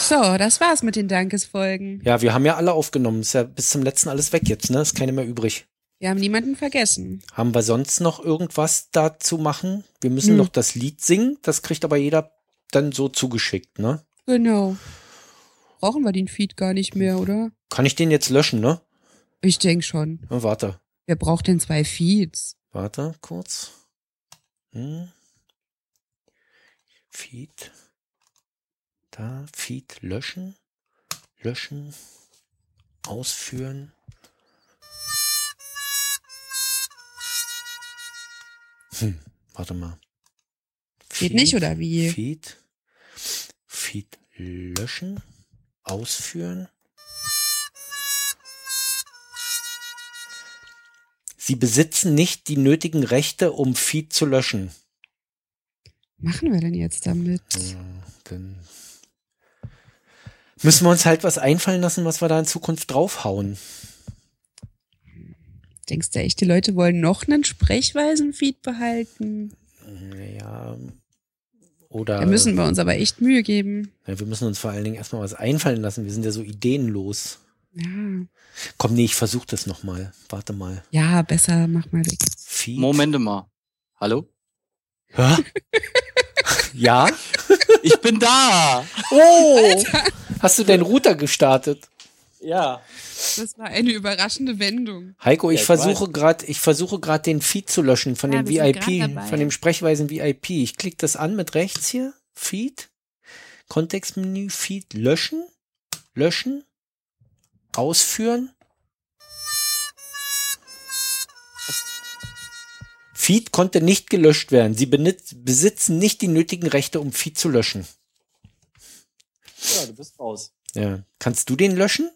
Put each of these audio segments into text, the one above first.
So, das war's mit den Dankesfolgen. Ja, wir haben ja alle aufgenommen. Ist ja bis zum letzten alles weg jetzt, ne? Ist keine mehr übrig. Wir haben niemanden vergessen. Haben wir sonst noch irgendwas dazu machen? Wir müssen noch das Lied singen. Das kriegt aber jeder dann so zugeschickt, ne? Genau. Brauchen wir den Feed gar nicht mehr, oder? Kann ich den jetzt löschen, ne? Ich denke schon. Ja, warte. Wer braucht denn 2 Feeds? Warte, kurz. Feed. Da, Feed löschen. Löschen. Ausführen. Warte mal. Geht nicht, oder wie? Feed löschen. Ausführen. Sie besitzen nicht die nötigen Rechte, um Feed zu löschen. Machen wir denn jetzt damit? Ja, dann müssen wir uns halt was einfallen lassen, was wir da in Zukunft draufhauen. Denkst du echt, die Leute wollen noch einen Sprechweisen-Feed behalten? Ja, oder... Da müssen wir uns aber echt Mühe geben. Ja, wir müssen uns vor allen Dingen erstmal was einfallen lassen. Wir sind ja so ideenlos. Ja. Komm, nee, ich versuche das nochmal. Warte mal. Ja, besser, mach mal weg. Feed. Moment mal. Hallo? Hä? Ja? Ich bin da! Oh! Alter. Hast du deinen Router gestartet? Ja. Das war eine überraschende Wendung. Heiko, ich versuche gerade den Feed zu löschen von dem VIP, von dem Sprechweisen VIP. Ich klicke das an mit rechts hier. Feed. Kontextmenü, Feed löschen. Löschen. Ausführen. Feed konnte nicht gelöscht werden. Sie besitzen nicht die nötigen Rechte, um Feed zu löschen. Ja, du bist raus. Ja. Kannst du den löschen?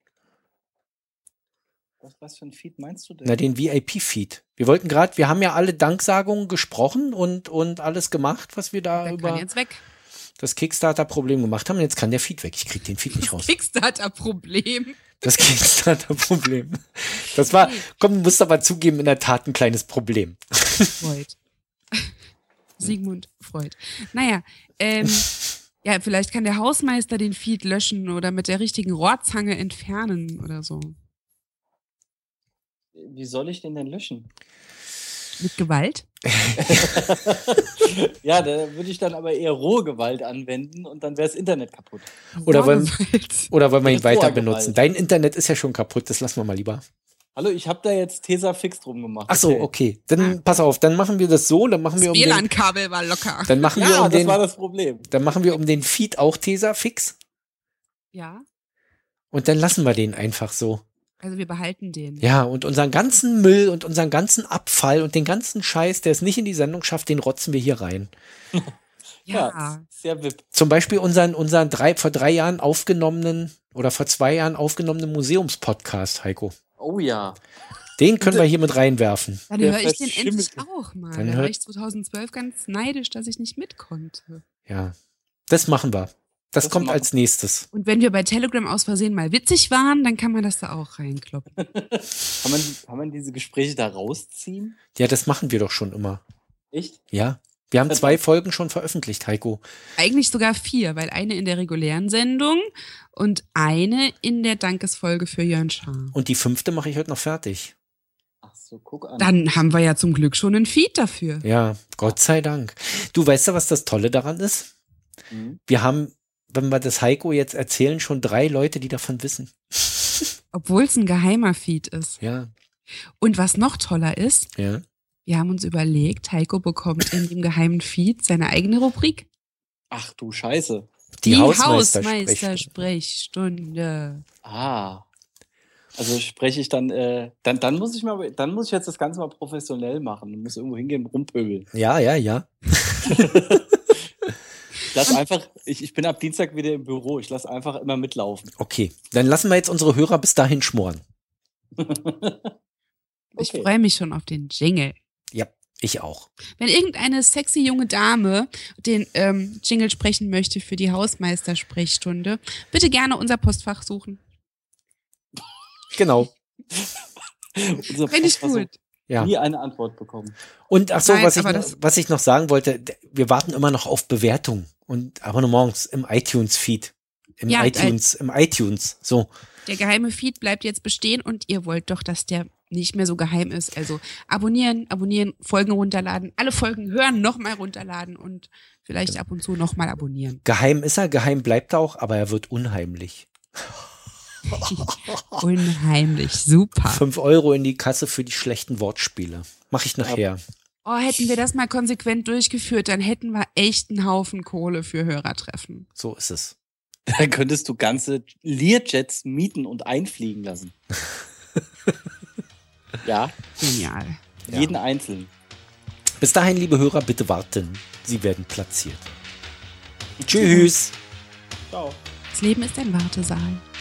Was für ein Feed meinst du denn? Na, den VIP-Feed. Wir haben ja alle Danksagungen gesprochen und alles gemacht, was wir da über jetzt weg. Das Kickstarter-Problem gemacht haben. Jetzt kann der Feed weg. Ich krieg den Feed nicht raus. Kickstarter-Problem. Das Kickstarter-Problem. Das war, komm, du musst aber zugeben, in der Tat ein kleines Problem. Freud. Sigmund Freud. Naja, ja, vielleicht kann der Hausmeister den Feed löschen oder mit der richtigen Rohrzange entfernen oder so. Wie soll ich den denn löschen? Mit Gewalt? Ja, da würde ich dann aber eher rohe Gewalt anwenden und dann wäre das Internet kaputt. Oder wollen wir ihn weiter benutzen? Dein Internet ist ja schon kaputt, das lassen wir mal lieber. Hallo, ich habe da jetzt Tesafix drum gemacht. Ach so, okay. Dann pass auf, dann machen wir das so, dann machen wir das WLAN-Kabel war locker. Dann machen ja, wir das war das Problem. Dann machen wir um den Feed auch Tesafix. Ja. Und dann lassen wir den einfach so. Also wir behalten den. Ja, und unseren ganzen Müll und unseren ganzen Abfall und den ganzen Scheiß, der es nicht in die Sendung schafft, den rotzen wir hier rein. Ja, sehr VIP. Zum Beispiel unseren vor 3 Jahren aufgenommenen oder vor 2 Jahren aufgenommenen Museumspodcast, Heiko. Oh ja. Den können wir hier mit reinwerfen. Dann höre ich den endlich auch mal. Da war ich 2012 ganz neidisch, dass ich nicht mit konnte. Ja, das machen wir. Das kommt als nächstes. Und wenn wir bei Telegram aus Versehen mal witzig waren, dann kann man das da auch reinkloppen. Kann man diese Gespräche da rausziehen? Ja, das machen wir doch schon immer. Echt? Ja. Wir haben 2 Folgen schon veröffentlicht, Heiko. Eigentlich sogar 4, weil eine in der regulären Sendung und eine in der Dankesfolge für Jörn Schaar. Und die 5. mache ich heute noch fertig. Ach so, guck an. Dann haben wir ja zum Glück schon einen Feed dafür. Ja, Gott sei Dank. Du, weißt du, was das Tolle daran ist? Wir haben, wenn wir das Heiko jetzt erzählen, schon 3 Leute, die davon wissen. Obwohl es ein geheimer Feed ist. Ja. Und was noch toller ist, ja. Wir haben uns überlegt, Heiko bekommt in dem geheimen Feed seine eigene Rubrik. Ach du Scheiße. Die Hausmeister-Sprechstunde. Ah. Also spreche ich dann muss ich jetzt das Ganze mal professionell machen. Ich muss irgendwo hingehen und rumpöbeln. Ja. Ich bin ab Dienstag wieder im Büro. Ich lasse einfach immer mitlaufen. Okay, dann lassen wir jetzt unsere Hörer bis dahin schmoren. Ich freue mich schon auf den Jingle. Ja, ich auch. Wenn irgendeine sexy junge Dame den Jingle sprechen möchte für die Hausmeister-Sprechstunde, bitte gerne unser Postfach suchen. Genau. Finde ich gut. Ja. Nie eine Antwort bekommen. Und ach so, was ich noch sagen wollte, wir warten immer noch auf Bewertungen und Abonnements im iTunes-Feed. Im iTunes. So. Der geheime Feed bleibt jetzt bestehen und ihr wollt doch, dass der nicht mehr so geheim ist. Also abonnieren, Folgen runterladen, alle Folgen hören, nochmal runterladen und vielleicht ab und zu nochmal abonnieren. Geheim ist er, geheim bleibt er auch, aber er wird unheimlich. Unheimlich, super. 5 € in die Kasse für die schlechten Wortspiele. Mach ich nachher. Oh, hätten wir das mal konsequent durchgeführt, dann hätten wir echt einen Haufen Kohle für Hörertreffen. So ist es. Dann könntest du ganze Learjets mieten und einfliegen lassen. Ja. Genial. Jeden einzeln. Bis dahin, liebe Hörer, bitte warten. Sie werden platziert. Tschüss. Ciao. Das Leben ist ein Wartesaal.